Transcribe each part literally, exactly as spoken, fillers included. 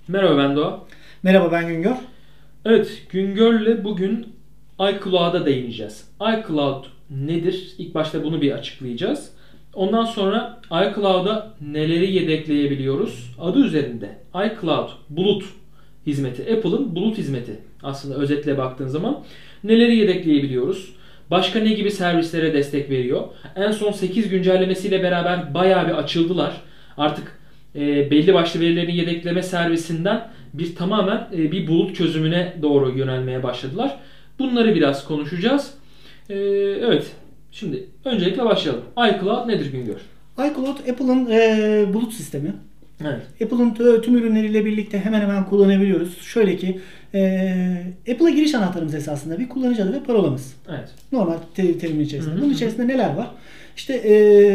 Merhaba, ben Doğa. Merhaba, ben Güngör. Evet, Güngör'le bugün iCloud'a değineceğiz. iCloud nedir? İlk başta bunu bir açıklayacağız. Ondan sonra iCloud'a neleri yedekleyebiliyoruz? Adı üzerinde iCloud bulut hizmeti. Apple'ın bulut hizmeti aslında özetle baktığın zaman. Neleri yedekleyebiliyoruz? Başka ne gibi servislere destek veriyor? En son sekiz güncellemesiyle beraber bayağı bir açıldılar. Artık e, belli başlı verilerin yedekleme servisinden bir tamamen e, bir bulut çözümüne doğru yönelmeye başladılar. Bunları biraz konuşacağız. E, evet. Şimdi öncelikle başlayalım. iCloud nedir Güngör? iCloud, Apple'ın e, bulut sistemi. Evet. Apple'ın t- tüm ürünleriyle birlikte hemen hemen kullanabiliyoruz. Şöyle ki, e, Apple'a giriş anahtarımız esasında bir kullanıcı adı ve parolamız. Evet. Normal te- terimin içerisinde. Hı hı. Bunun içerisinde neler var? İşte e,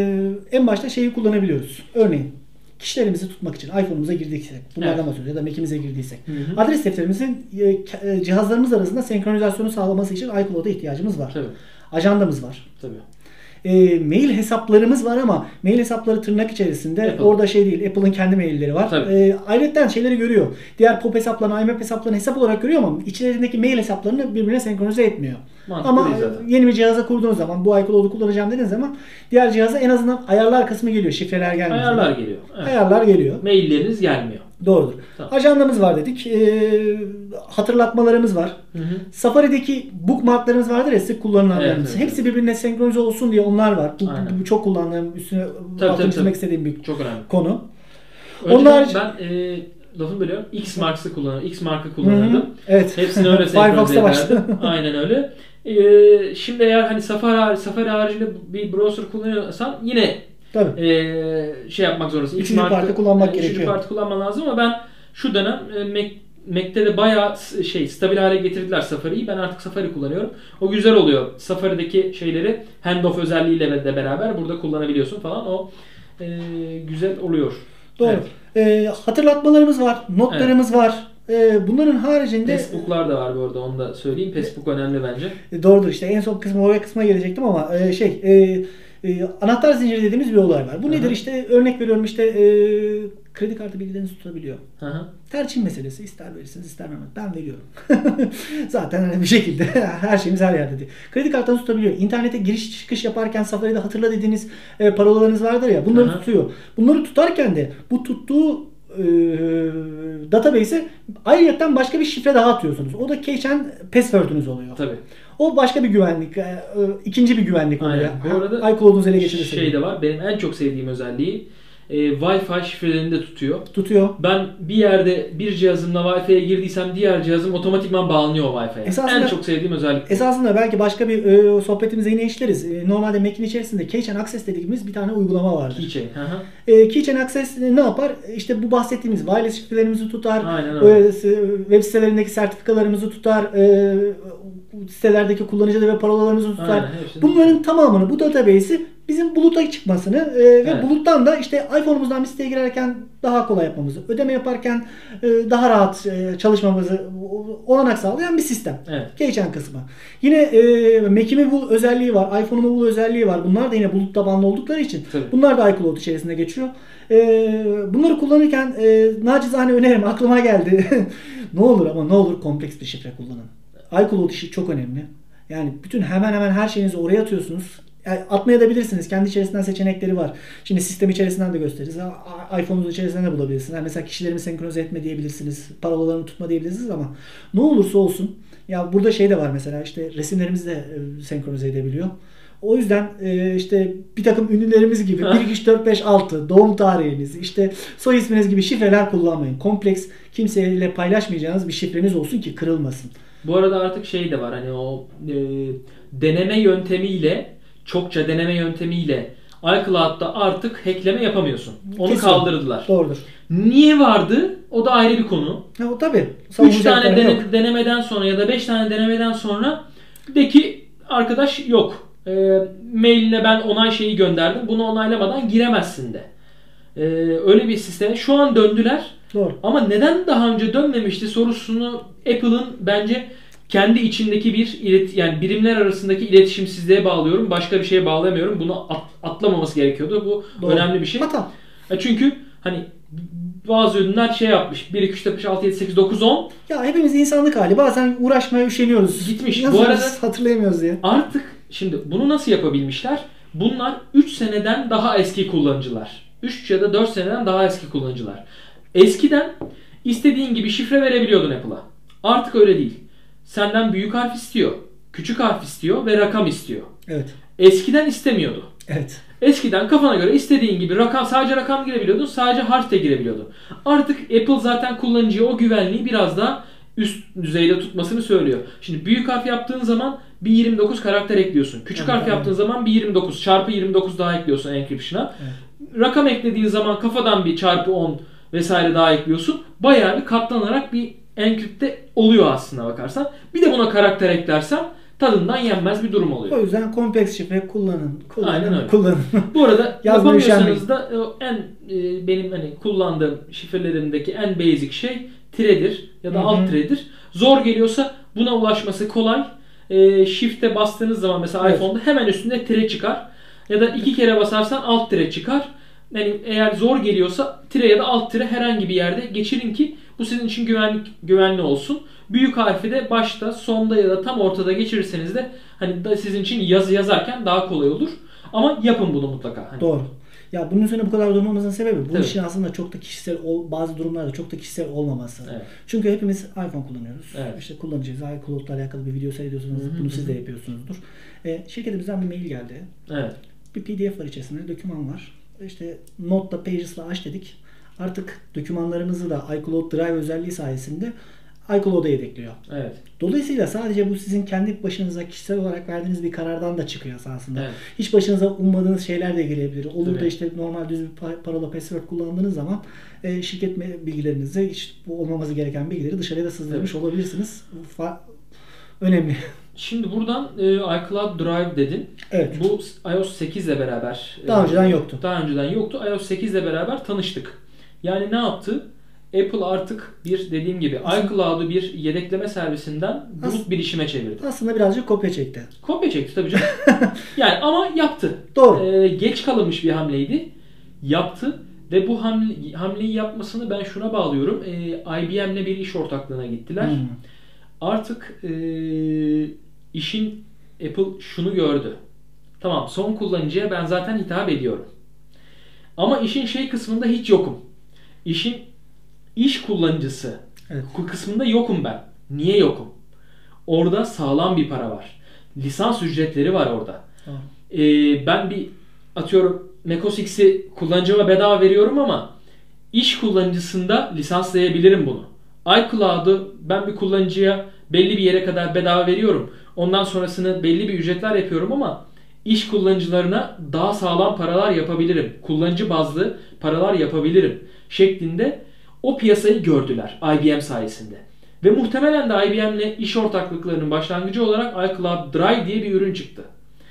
en başta şeyi kullanabiliyoruz. Örneğin kişilerimizi tutmak için iPhone'umuza girdiysek, bunlardan Evet. bahsediyoruz ya da Mac'imize girdiysek, Hı hı. adres defterimizin e, ke- e, cihazlarımız arasında senkronizasyonu sağlaması için iCloud'a ihtiyacımız var. Tabii. Ajandamız var. Tabii. E, mail hesaplarımız var ama mail hesapları tırnak içerisinde. Apple. Orada şey değil. Apple'ın kendi mailleri var. Tabii. E, ayrıca şeyleri görüyor. Diğer pop hesaplarını, IMAP hesaplarını hesap olarak görüyor ama içlerindeki mail hesaplarını birbirine senkronize etmiyor. Mantıklı Ama değil zaten. yeni bir cihaza kurduğunuz zaman, bu iCloud'u kullanacağım dediğiniz zaman diğer cihaza en azından ayarlar kısmı geliyor. Şifreler gelmiyor. Ayarlar geliyor. Evet. Ayarlar geliyor. Mailleriniz gelmiyor. Doğrudur. Tamam. Ajandamız var dedik. E, hatırlatmalarımız var. Hı hı. Safari'deki bookmarklarımız vardır ya, sık kullanılanlarımız. Evet, evet, Hepsi birbirine senkronize olsun diye onlar var. Bu, Aynen. bu çok kullandığım, üstüne Tabii, altını tabii, çizmek tabii. istediğim bir Çok önemli. konu. Önceden Onlar ben e, lafını bölüyorum. X markası kullanırdım. X markı Hı hı. kullanırdım. Evet. Hepsini öyle senkronize Firefox'ta başladı. ederdim. Aynen öyle. Ee, şimdi eğer hani Safari, Safari haricinde bir browser kullanıyorsan yine Tabii. e, şey yapmak zorundasın. X Üçüncü markı- parti kullanmak e, Üçüncü gerekiyor. parti kullanman lazım ama ben şu dönem e, Mac, Mac'te de bayağı s- şey stabil hale getirdiler Safari'yi. Ben artık Safari kullanıyorum. O güzel oluyor. Safari'deki şeyleri handoff özelliğiyle de beraber burada kullanabiliyorsun falan. O e, güzel oluyor. Doğru. Evet. Ee, hatırlatmalarımız var. Notlarımız var. Ee, bunların haricinde Facebook'lar da var bu arada, onu da söyleyeyim. Facebook önemli bence. E, doğrudur, işte en son kısmı, oraya kısma gelecektim ama e, şey e, e, anahtar zinciri dediğimiz bir olay var. Bu Hı hı. nedir? İşte örnek veriyorum, işte e, kredi kartı bilgilerinizi tutabiliyor. Hı hı. Tercih meselesi, ister verirsiniz ister vermez. Ben veriyorum. Zaten hani bir şekilde her şeyimiz her yerde değil. Kredi kartını tutabiliyor. İnternete giriş çıkış yaparken Safari'de hatırla dediğiniz e, parolalarınız vardır ya, bunları Hı hı. tutuyor. Bunları tutarken de bu tuttuğu e, database'e ayrıyeten başka bir şifre daha atıyorsunuz. O da cache and password'ünüz oluyor. Tabii. O başka bir güvenlik, e, e, ikinci bir güvenlik oluyor. Aynen. Bu arada iCloud'unuzu ele geçirirse. şey de var. Benim en çok sevdiğim özelliği e, Wi-Fi şifrelerini de tutuyor. Tutuyor. Ben bir yerde bir cihazımla Wi-Fi'ye girdiysem diğer cihazım otomatikman bağlanıyor Wi-Fi'ye. Esasında- En çok sevdiğim özellik bu. Esasında belki başka bir e, sohbetimize yine işleriz. E, normalde Mac'in içerisinde Cache and Access dediğimiz bir tane uygulama vardır. Keychain. Hı hı. E, Cache and Access ne yapar? İşte bu bahsettiğimiz wireless şifrelerimizi tutar. Aynen öyle. E, web sitelerindeki sertifikalarımızı tutar. E, sitelerdeki kullanıcı adı ve parolalarımızı tutar. Aynen, hepsini Bunların tamamını, bu database'i bizim buluta çıkmasını e, ve Evet. buluttan da işte iPhone'umuzdan bir siteye girerken daha kolay yapmamızı, ödeme yaparken e, daha rahat e, çalışmamızı olanak sağlayan bir sistem. Evet. Geçen kısmı. Yine e, Mac'imi bul özelliği var, iPhone'umu bul özelliği var. Bunlar da yine bulut tabanlı oldukları için Tabii. bunlar da iCloud içerisinde geçiyor. E, bunları kullanırken e, nacizane önerim aklıma geldi. Ne olur ama ne olur kompleks bir şifre kullanın. iCloud işi çok önemli. Yani bütün hemen hemen her şeyinizi oraya atıyorsunuz. Yani atmaya da bilirsiniz. Kendi içerisinden seçenekleri var. Şimdi sistem içerisinden de gösteririz. A- iPhone'un içerisinden de bulabilirsiniz. Yani mesela kişilerimi senkronize etme diyebilirsiniz. Parolalarını tutma diyebilirsiniz ama ne olursa olsun, ya burada şey de var, mesela işte resimlerimizi de e, senkronize edebiliyor. O yüzden e, işte bir takım ünlülerimiz gibi bir, iki, üç, dört, beş, altı doğum tarihiniz, işte soy isminiz gibi şifreler kullanmayın. Kompleks, kimseyle paylaşmayacağınız bir şifreniz olsun ki kırılmasın. Bu arada artık şey de var, hani o e, deneme yöntemiyle, çokça deneme yöntemiyle iCloud'da artık hackleme yapamıyorsun. Onu Kesin. kaldırdılar. Doğrudur. Niye vardı? O da ayrı bir konu. Ha, o tabii. üç Savunacak tane tarafı dene- yok. denemeden sonra ya da beş tane denemeden sonra de ki arkadaş yok. E, mailine ben onay şeyi gönderdim. Bunu onaylamadan giremezsin de. E, öyle bir sisteme şu an döndüler. Doğru. Ama neden daha önce dönmemişti sorusunu Apple'ın bence kendi içindeki bir ilet yani birimler arasındaki iletişimsizliğe bağlıyorum. Başka bir şeye bağlamıyorum. Bunu at- atlamaması gerekiyordu. Bu Doğru. önemli bir şey. Hata. Ya çünkü hani bazı ürünler şey yapmış. bir, iki, üç, dört, beş, altı, yedi, sekiz, dokuz, on. Ya hepimiz insanlık hali. Bazen uğraşmaya üşeniyoruz. Gitmiş. Nasıl Bu arada hatırlayamıyoruz diye. artık şimdi bunu nasıl yapabilmişler? Bunlar üç seneden daha eski kullanıcılar. üç ya da dört seneden daha eski kullanıcılar. Eskiden istediğin gibi şifre verebiliyordun Apple'a. Artık öyle değil. Senden büyük harf istiyor, küçük harf istiyor ve rakam istiyor. Evet. Eskiden istemiyordu. Evet. Eskiden kafana göre istediğin gibi rakam, sadece rakam girebiliyordun, sadece harf de girebiliyordun. Artık Apple zaten kullanıcıya o güvenliği biraz daha üst düzeyde tutmasını söylüyor. Şimdi büyük harf yaptığın zaman bir yirmi dokuz karakter ekliyorsun. Küçük Evet, harf evet. yaptığın zaman bir yirmi dokuz çarpı yirmi dokuz daha ekliyorsun encryption'a. Evet. Rakam eklediğin zaman kafadan bir çarpı on vesaire daha ekliyorsun. Bayağı bir katlanarak bir encrypt'te oluyor aslına bakarsan. Bir de buna karakter eklersen tadından yenmez bir durum oluyor. O yüzden kompleks şifre kullanın. kullanın Aynen öyle. Kullanın. Bu arada Yazmayı yapamıyorsanız da o en e, benim hani kullandığım şifrelerimdeki en basic şey tiredir ya da Hı hı. alt tiredir. Zor geliyorsa buna ulaşması kolay. E, Shift'e bastığınız zaman mesela Evet. iPhone'da hemen üstünde tire çıkar. Ya da iki kere basarsan alt tire çıkar. Yani eğer zor geliyorsa tire ya da alt tire herhangi bir yerde geçirin ki bu sizin için güvenlik güvenli olsun. Büyük harfi de başta, sonda ya da tam ortada geçirirseniz de hani da sizin için yazı yazarken daha kolay olur. Ama yapın bunu mutlaka. Hani Doğru. Ya bunun üzerine bu kadar durmamızın sebebi bu Tabii. işin aslında çok da kişisel ol, bazı durumlarda çok da kişisel olmaması. Evet. Çünkü hepimiz iPhone kullanıyoruz. Evet. İşte kullanacağız. iCloud'la alakalı bir video seyrediyorsunuz. Hı hı Bunu hı. siz de yapıyorsunuzdur. E, şirketimizden bir mail geldi. Evet. Bir P D F var içerisinde, doküman var. İşte Note'da Pages'la aç dedik. Artık dokümanlarımızı da iCloud Drive özelliği sayesinde iCloud'a yedekliyor. Evet. Dolayısıyla sadece bu sizin kendi başınıza kişisel olarak verdiğiniz bir karardan da çıkıyor esasında. Evet. Hiç başınıza ummadığınız şeyler de gelebilir. Olur da Tabii. işte normal düz bir pa- parola password kullandığınız zaman e, şirket me- bilgilerinizi, hiç bu olmaması gereken bilgileri dışarıya da sızdırmış Tabii. olabilirsiniz. Bu fa- önemli. Şimdi buradan e, iCloud Drive dedin. Evet. Bu iOS sekiz ile beraber Daha e, önceden yoktu. Daha önceden yoktu. iOS sekiz ile beraber tanıştık. Yani ne yaptı? Apple artık bir dediğim gibi iCloud'u bir yedekleme servisinden bulut bilişime çevirdi. Aslında birazcık kopya çekti. Kopya çekti tabii canım. Yani ama yaptı. Doğru. Ee, geç kalınmış bir hamleydi. Yaptı ve bu hamle, hamleyi yapmasını ben şuna bağlıyorum. Ee, I B M'le bir iş ortaklığına gittiler. Hmm. Artık e, işin Apple şunu gördü. Tamam, son kullanıcıya ben zaten hitap ediyorum. Ama işin şey kısmında hiç yokum. İşin iş kullanıcısı Evet. kısmında yokum ben. Niye yokum? Orada sağlam bir para var. Lisans ücretleri var orada. Tamam. Ee, ben bir atıyorum macOS X'i kullanıcıma bedava veriyorum ama iş kullanıcısında lisanslayabilirim bunu. iCloud'u ben bir kullanıcıya belli bir yere kadar bedava veriyorum. Ondan sonrasını belli bir ücretler yapıyorum ama iş kullanıcılarına daha sağlam paralar yapabilirim. Kullanıcı bazlı paralar yapabilirim şeklinde o piyasayı gördüler I B M sayesinde. Ve muhtemelen de I B M'le iş ortaklıklarının başlangıcı olarak iCloud Drive diye bir ürün çıktı.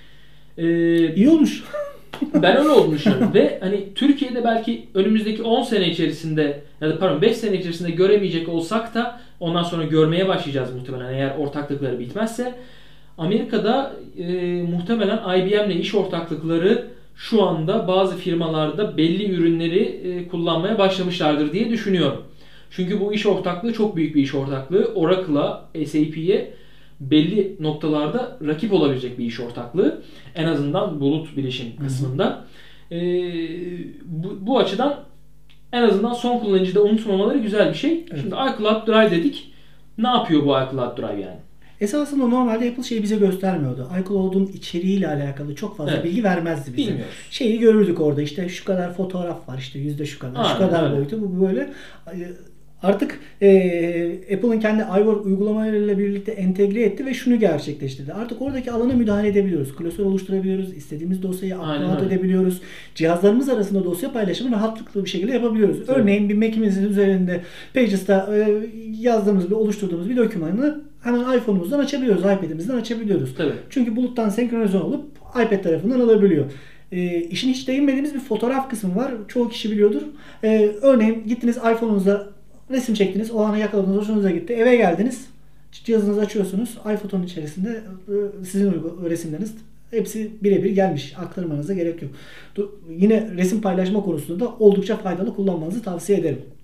Ee, İyi olmuş. Ben öyle olduğunu düşünüyorum. Ve hani Türkiye'de belki önümüzdeki on sene içerisinde ya da pardon beş sene içerisinde göremeyecek olsak da ondan sonra görmeye başlayacağız muhtemelen eğer ortaklıkları bitmezse. Amerika'da e, muhtemelen I B M'le iş ortaklıkları şu anda bazı firmalarda belli ürünleri e, kullanmaya başlamışlardır diye düşünüyorum. Çünkü bu iş ortaklığı çok büyük bir iş ortaklığı. Oracle'a, S A P'ye belli noktalarda rakip olabilecek bir iş ortaklığı. En azından bulut bilişim kısmında. E, bu, bu açıdan en azından son kullanıcıyı da unutmamaları güzel bir şey. Evet. Şimdi iCloud Drive dedik. Ne yapıyor bu iCloud Drive yani? Esasında normalde Apple şeyi bize göstermiyordu. iCloud'un içeriğiyle alakalı çok fazla Evet. bilgi vermezdi bize. Bilmiyoruz. Şeyi görürdük orada, işte şu kadar fotoğraf var, işte yüzde şu kadar, Aynen, şu kadar öyle. boyutu, bu böyle. Artık e, Apple'ın kendi iWork uygulamalarıyla birlikte entegre etti ve şunu gerçekleştirdi. Artık oradaki alana müdahale edebiliyoruz. Klasör oluşturabiliyoruz. İstediğimiz dosyayı Aynen upload öyle. edebiliyoruz. Cihazlarımız arasında dosya paylaşımı rahatlıkla bir şekilde yapabiliyoruz. Tabii. Örneğin bir Mac'imizin üzerinde Pages'ta e, yazdığımız bir, oluşturduğumuz bir dokümanı hemen iPhone'umuzdan açabiliyoruz, iPad'imizden açabiliyoruz. Tabii. Çünkü buluttan senkronize olup iPad tarafından alabiliyor. E, işin hiç değinmediğimiz bir fotoğraf kısmı var. Çoğu kişi biliyordur. E, örneğin gittiniz iPhone'unuzda resim çektiniz. O ana yakaladınız. Hoşunuza gitti. Eve geldiniz. Cihazınızı açıyorsunuz. iPhoto'nun içerisinde e, sizin resimleriniz hepsi birebir gelmiş. Aktarmanıza gerek yok. Yine resim paylaşma konusunda da oldukça faydalı, kullanmanızı tavsiye ederim.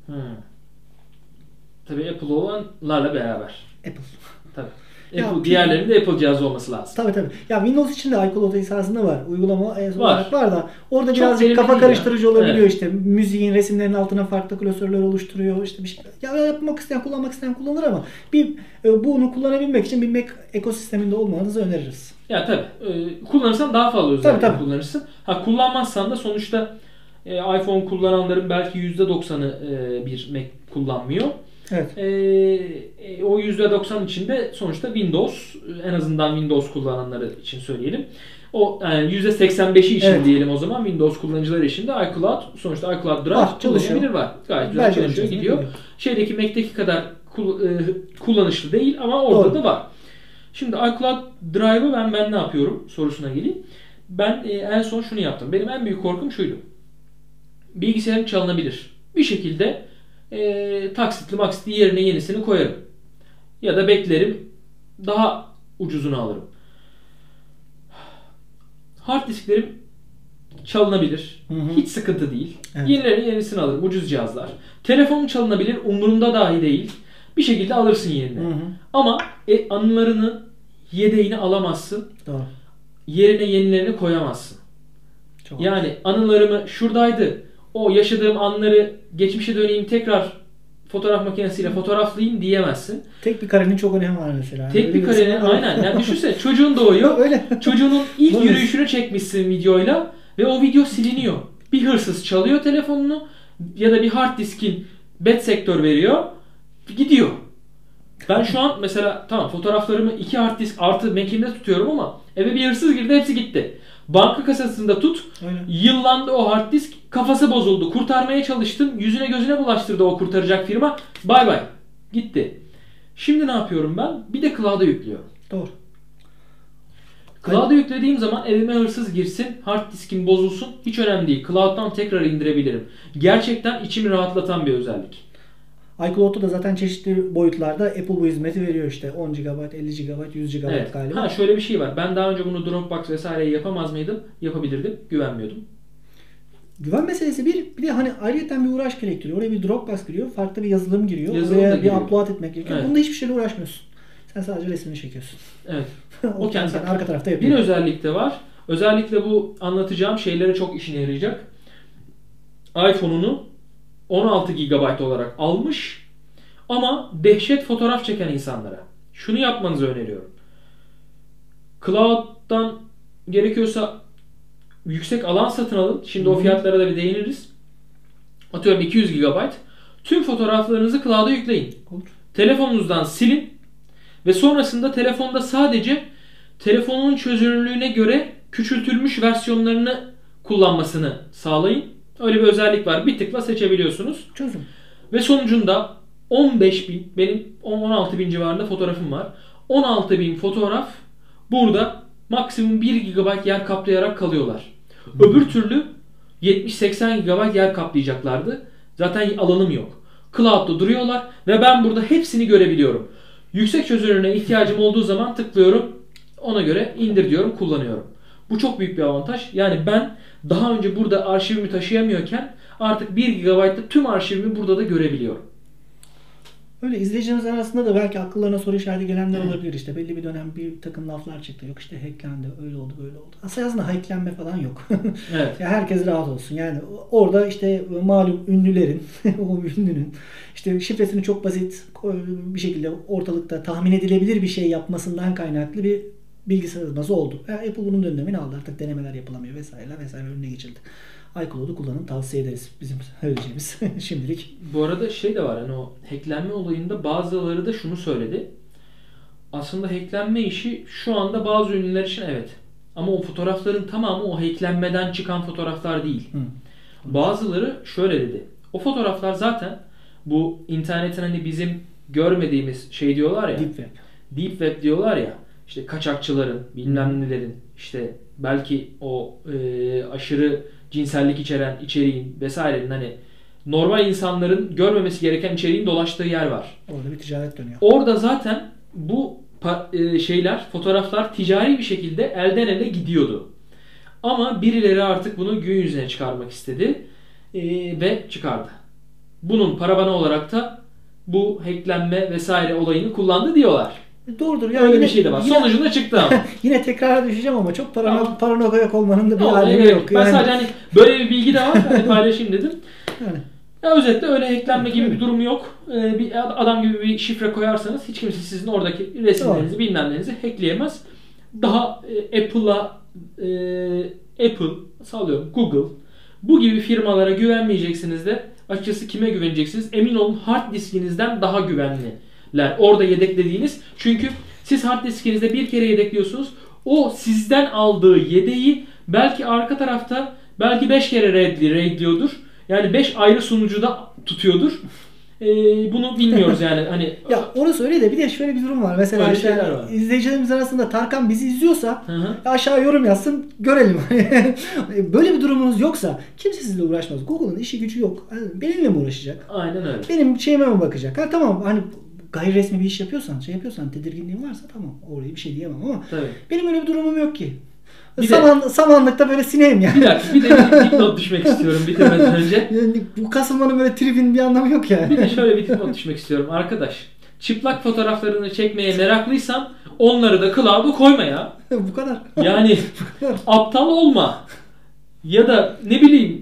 Hmm. Tabii Apple olanlarla beraber. Apple. Tabii. Ya, Apple, diğerlerinin de Apple cihazı olması lazım. Tabii tabii. Ya Windows için de iCloud esasında var. Uygulama olarak Var. var da orada Çok birazcık verimli kafa değil karıştırıcı ya. olabiliyor Evet. işte. Müziğin, resimlerin altına farklı klasörler oluşturuyor. İşte bir şey. Ya yapmak isteyen, kullanmak isteyen kullanır ama bir e, bunu kullanabilmek için bir Mac ekosisteminde olmanızı öneririz. Ya tabii. E, kullanırsan daha fazla özellikle Tabii, tabii. kullanırsın. Ha kullanmazsan da sonuçta e, iPhone kullananların belki yüzde doksanı e, bir Mac kullanmıyor. Evet. E, e, o yüzde doksan içinde sonuçta Windows, en azından Windows kullananları için söyleyelim. O yani yüzde seksen beşi için Evet. diyelim o zaman Windows kullanıcıları için de iCloud, sonuçta iCloud Drive Var, çalışıyor. kullanılabilir var. Gayet güzel Belki çalışıyor, çalışıyor, gidiyor. gidiyor. Şeydeki Mac'teki kadar kul- e, kullanışlı değil ama orada Doğru. da var. Şimdi iCloud Drive'ı ben ben ne yapıyorum sorusuna geleyim. Ben e, en son şunu yaptım. Benim en büyük korkum şuydu. Bilgisayarım çalınabilir. Bir şekilde e, taksitli maksitli yerine yenisini koyarım. Ya da beklerim, daha ucuzunu alırım. Hard disklerim çalınabilir. Hı hı. Hiç sıkıntı değil. Evet. Yenilerini yenisini alırım. Ucuz cihazlar. Telefonun çalınabilir. Umurumda dahi değil. Bir şekilde alırsın yerini. Hı hı. Ama e, anılarının yedeğini alamazsın. Doğru. Yerine yenilerini koyamazsın. Çok Yani anılarımı şuradaydı. O yaşadığım anları geçmişe döneyim tekrar fotoğraf makinesiyle fotoğraflayayım diyemezsin. Tek bir karenin çok önemi var mesela. Tek bir Öyle karenin diyorsun. aynen. Yani düşünsene çocuğun doğuyor. Öyle. Çocuğunun ilk Doğru. yürüyüşünü çekmişsin videoyla ve o video siliniyor. Bir hırsız çalıyor telefonunu ya da bir hard diskin bad sektör veriyor. Gidiyor. Ben şu an mesela tamam fotoğraflarımı iki hard disk artı Mac'imde tutuyorum ama eve bir hırsız girdi, hepsi gitti. Banka kasasında tut. Öyle. Yıllandı o hard disk. Kafası bozuldu. Kurtarmaya çalıştım. Yüzüne gözüne bulaştırdı o kurtaracak firma. Bay bay. Gitti. Şimdi ne yapıyorum ben? Bir de cloud'a yüklüyorum. Doğru. Cloud'a yüklediğim zaman evime hırsız girsin, hard diskim bozulsun. Hiç önemli değil. Cloud'dan tekrar indirebilirim. Gerçekten içimi rahatlatan bir özellik. iCloud'da da zaten çeşitli boyutlarda Apple bu hizmeti veriyor işte. on gigabayt, elli gigabayt, yüz gigabayt Evet. galiba. Ha şöyle bir şey var. Ben daha önce bunu Dropbox vesaireyi yapamaz mıydım? Yapabilirdim. Güvenmiyordum. Güven meselesi bir, bir de hani ayrıyeten bir uğraş gerektiriyor. Oraya bir Dropbox giriyor, farklı bir yazılım giriyor. Yazılım Oraya da bir giriyor. upload etmek gerekiyor. Evet. Bunda hiçbir şeyle uğraşmıyorsun. Sen sadece resmini çekiyorsun. Evet. o kendi kendi- arka tarafta Bir yapıyor. özellik de var. Özellikle bu anlatacağım şeylere çok işine yarayacak. iPhone'unu on altı gigabayt olarak almış ama dehşet fotoğraf çeken insanlara şunu yapmanızı öneriyorum. Cloud'dan gerekiyorsa yüksek alan satın alın. Şimdi o fiyatlara da bir değiniriz. Atıyorum iki yüz gigabayt. Tüm fotoğraflarınızı cloud'a yükleyin. Olur. Telefonunuzdan silin ve sonrasında telefonda sadece telefonun çözünürlüğüne göre küçültülmüş versiyonlarını kullanmasını sağlayın. Öyle bir özellik var. Bir tıkla seçebiliyorsunuz. Çözüm. Ve sonucunda on beş bin, benim on altı bin civarında fotoğrafım var. on altı bin fotoğraf burada maksimum bir gigabayt yer kaplayarak kalıyorlar. Öbür türlü yetmiş seksen gigabayt yer kaplayacaklardı. Zaten alanım yok. Cloud'da duruyorlar ve ben burada hepsini görebiliyorum. Yüksek çözünürlüğüne ihtiyacım olduğu zaman tıklıyorum. Ona göre indir diyorum, kullanıyorum. Bu çok büyük bir avantaj. Yani ben daha önce burada arşivimi taşıyamıyorken artık bir gigabayt'ta tüm arşivimi burada da görebiliyorum. Öyle izleyicilerimiz arasında da belki akıllarına soru işareti gelenler olabilir. İşte belli bir dönem bir takım laflar çıktı. Yok işte hacklendi, öyle oldu, böyle oldu. Aslında aslında hacklenme falan yok. Evet. Ya herkes rahat olsun. Yani orada işte malum ünlülerin, o ünlünün işte şifresini çok basit bir şekilde ortalıkta tahmin edilebilir bir şey yapmasından kaynaklı bir bilgi sızması oldu. Yani Apple bunun önlemini aldı. Artık denemeler yapılamıyor vesaire vesaire önüne geçildi. iCloud'u kullanın, tavsiye ederiz bizim söyleyeceğimiz şimdilik. Bu arada şey de var, hani o hacklenme olayında bazıları da şunu söyledi. Aslında hacklenme işi şu anda bazı ünlüler için evet. Ama o fotoğrafların tamamı o hacklenmeden çıkan fotoğraflar değil. Hı. Bazıları şöyle dedi. O fotoğraflar zaten bu internetin hani bizim görmediğimiz şey diyorlar ya. Deep Web. Deep Web diyorlar ya. İşte kaçakçıların, bilmem nelerin, işte belki o e, aşırı cinsellik içeren içeriğin vesairenin hani normal insanların görmemesi gereken içeriğin dolaştığı yer var. Orada bir ticaret dönüyor. Orada zaten bu pa- e, şeyler, fotoğraflar ticari bir şekilde elden ele gidiyordu. Ama birileri artık bunu gün yüzüne çıkarmak istedi e, ve çıkardı. bunun paravanı olarak da bu hacklenme vesaire olayını kullandı diyorlar. Doğrudur. Yani öyle yine, bir şey de var. Yine, Sonucunda çıktı ama. Yine tekrara düşeceğim ama çok parano tamam. paranoyak olmanın da bir alemi evet, yok. Ben yani. sadece hani böyle bir bilgi de var. Hani paylaşayım dedim. Yani. Ya özetle öyle hacklenme gibi bir durum yok. Ee, bir adam gibi bir şifre koyarsanız hiç kimse sizin oradaki resimlerinizi, bilmem nenizi hackleyemez. Daha e, Apple'a e, Apple, sallıyorum Google, bu gibi firmalara güvenmeyeceksiniz de açıkçası kime güveneceksiniz? Emin olun hard diskinizden daha güvenliler. Orada yedeklediğiniz. Çünkü siz hard diskinizde bir kere yedekliyorsunuz. O sizden aldığı yedeği belki arka tarafta belki beş kere raidli, raidliyordur. Yani beş ayrı sunucuda tutuyordur. Ee, bunu bilmiyoruz yani. Hani ya orası öyle de bir de şöyle bir durum var. Mesela işte var. izleyicilerimiz arasında Tarkan bizi izliyorsa aşağı yorum yazsın görelim. Böyle bir durumunuz yoksa kimse sizinle uğraşmaz. Google'ın işi gücü yok. Benimle mi uğraşacak? Aynen öyle. Benim şeyime mi bakacak? Ha tamam hani gayri resmi bir iş yapıyorsan, şey yapıyorsan, tedirginliğin varsa tamam. Oraya bir şey diyemem ama Tabii. benim öyle bir durumum yok ki. Bir Saman, de, samanlıkta böyle sineyim yani. Bir dakika bir de bir dipnot düşmek istiyorum bitirmeden önce. Yani bu kasılmanın böyle tribin bir anlamı yok yani. Bir de şöyle bir dipnot düşmek istiyorum arkadaş. Çıplak fotoğraflarını çekmeye meraklıysan onları da cloud'a koyma ya. Bu kadar. Yani bu kadar. Aptal olma. Ya da ne bileyim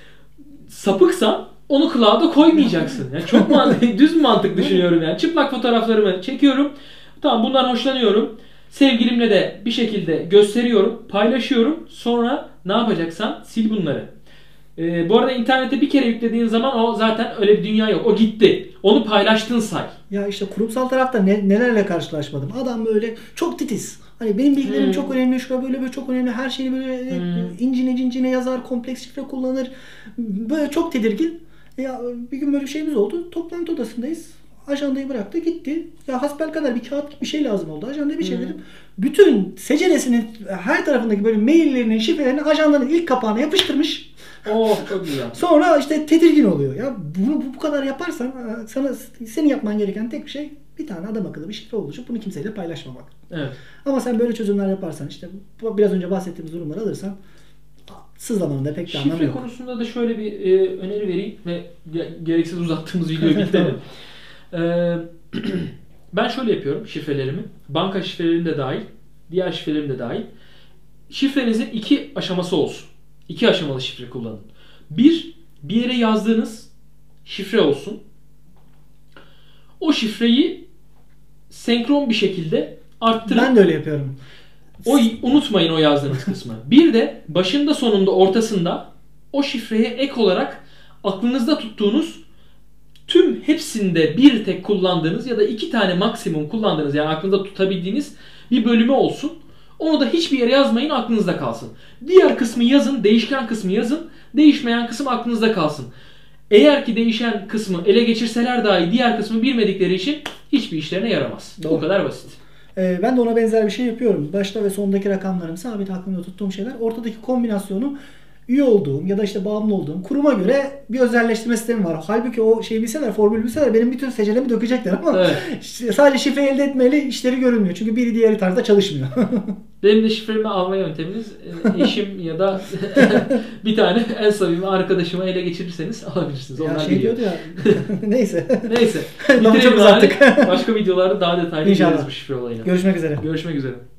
sapıksan onu cloud'a koymayacaksın. Yani çok mantıklı, düz mantık düşünüyorum yani. Çıplak fotoğraflarımı çekiyorum. Tamam bundan hoşlanıyorum. Sevgilimle de bir şekilde gösteriyorum, paylaşıyorum. Sonra ne yapacaksan sil bunları. Ee, bu arada internete bir kere yüklediğin zaman o zaten öyle bir dünya yok. O gitti. Onu paylaştın say. Ya işte kurumsal tarafta ne, nelerle karşılaşmadım. Adam böyle çok titiz. Hani benim bilgilerim hmm. çok önemli, şurada böyle böyle çok önemli. Her şeyi böyle hmm. incine cincine yazar, kompleks şifre kullanır. Böyle çok tedirgin. Ya bir gün böyle bir şeyimiz oldu. Toplantı odasındayız. Ajandayı bıraktı gitti. Ya hasbelkader bir kağıt gibi bir şey lazım oldu. Ajandayı bir çevirdim. Hmm. Bütün seceresinin her tarafındaki böyle maillerinin, şifrelerini ajandanın ilk kapağına yapıştırmış. Oh çok güzel. Sonra işte tedirgin oluyor. Ya bunu bu, bu kadar yaparsan sana senin yapman gereken tek bir şey bir tane adam akıllı bir şifre oluşup bunu kimseyle paylaşmamak. Evet. Ama sen böyle çözümler yaparsan işte biraz önce bahsettiğimiz durumları alırsan sızlamanın da pek bir anlamı yok. Şifre konusunda da şöyle bir e, öneri vereyim ve gereksiz uzattığımız videoyu bitirelim. Ee, ben şöyle yapıyorum şifrelerimi. Banka şifrelerim de dahil. Diğer şifrelerim de dahil. Şifrenizin iki aşaması olsun. İki aşamalı şifre kullanın. Bir, bir yere yazdığınız şifre olsun. O şifreyi senkron bir şekilde arttırın. Ben de öyle yapıyorum. O, unutmayın o yazdığınız kısmı. Bir de başında sonunda ortasında o şifreye ek olarak aklınızda tuttuğunuz tüm hepsinde bir tek kullandığınız ya da iki tane maksimum kullandığınız yani aklınızda tutabildiğiniz bir bölümü olsun. Onu da hiçbir yere yazmayın aklınızda kalsın. Diğer kısmı yazın, değişken kısmı yazın. Değişmeyen kısım aklınızda kalsın. Eğer ki değişen kısmı ele geçirseler dahi diğer kısmı bilmedikleri için hiçbir işlerine yaramaz. Doğru. Bu kadar basit. Ee, ben de ona benzer bir şey yapıyorum. Başta ve sondaki rakamlarım sabit aklımda tuttuğum şeyler. Ortadaki kombinasyonu üye olduğum ya da işte bağımlı olduğum kuruma göre bir özelleştirme sistemi var. Halbuki o şeyi bilseler, formülü bilseler benim bütün seçeneğimi dökecekler ama evet. Sadece şifre elde etmeyle işleri görünmüyor. Çünkü biri diğeri tarzda çalışmıyor. Benim de şifremi alma yönteminiz eşim ya da bir tane en samimi arkadaşıma ele geçirirseniz alabilirsiniz. Ya onlar şey biliyor. diyordu ya. Neyse. Neyse. Bitirelim artık. Başka videolarda daha detaylı İnşallah. gireriz bu şifre olayına. Görüşmek üzere. Görüşmek üzere.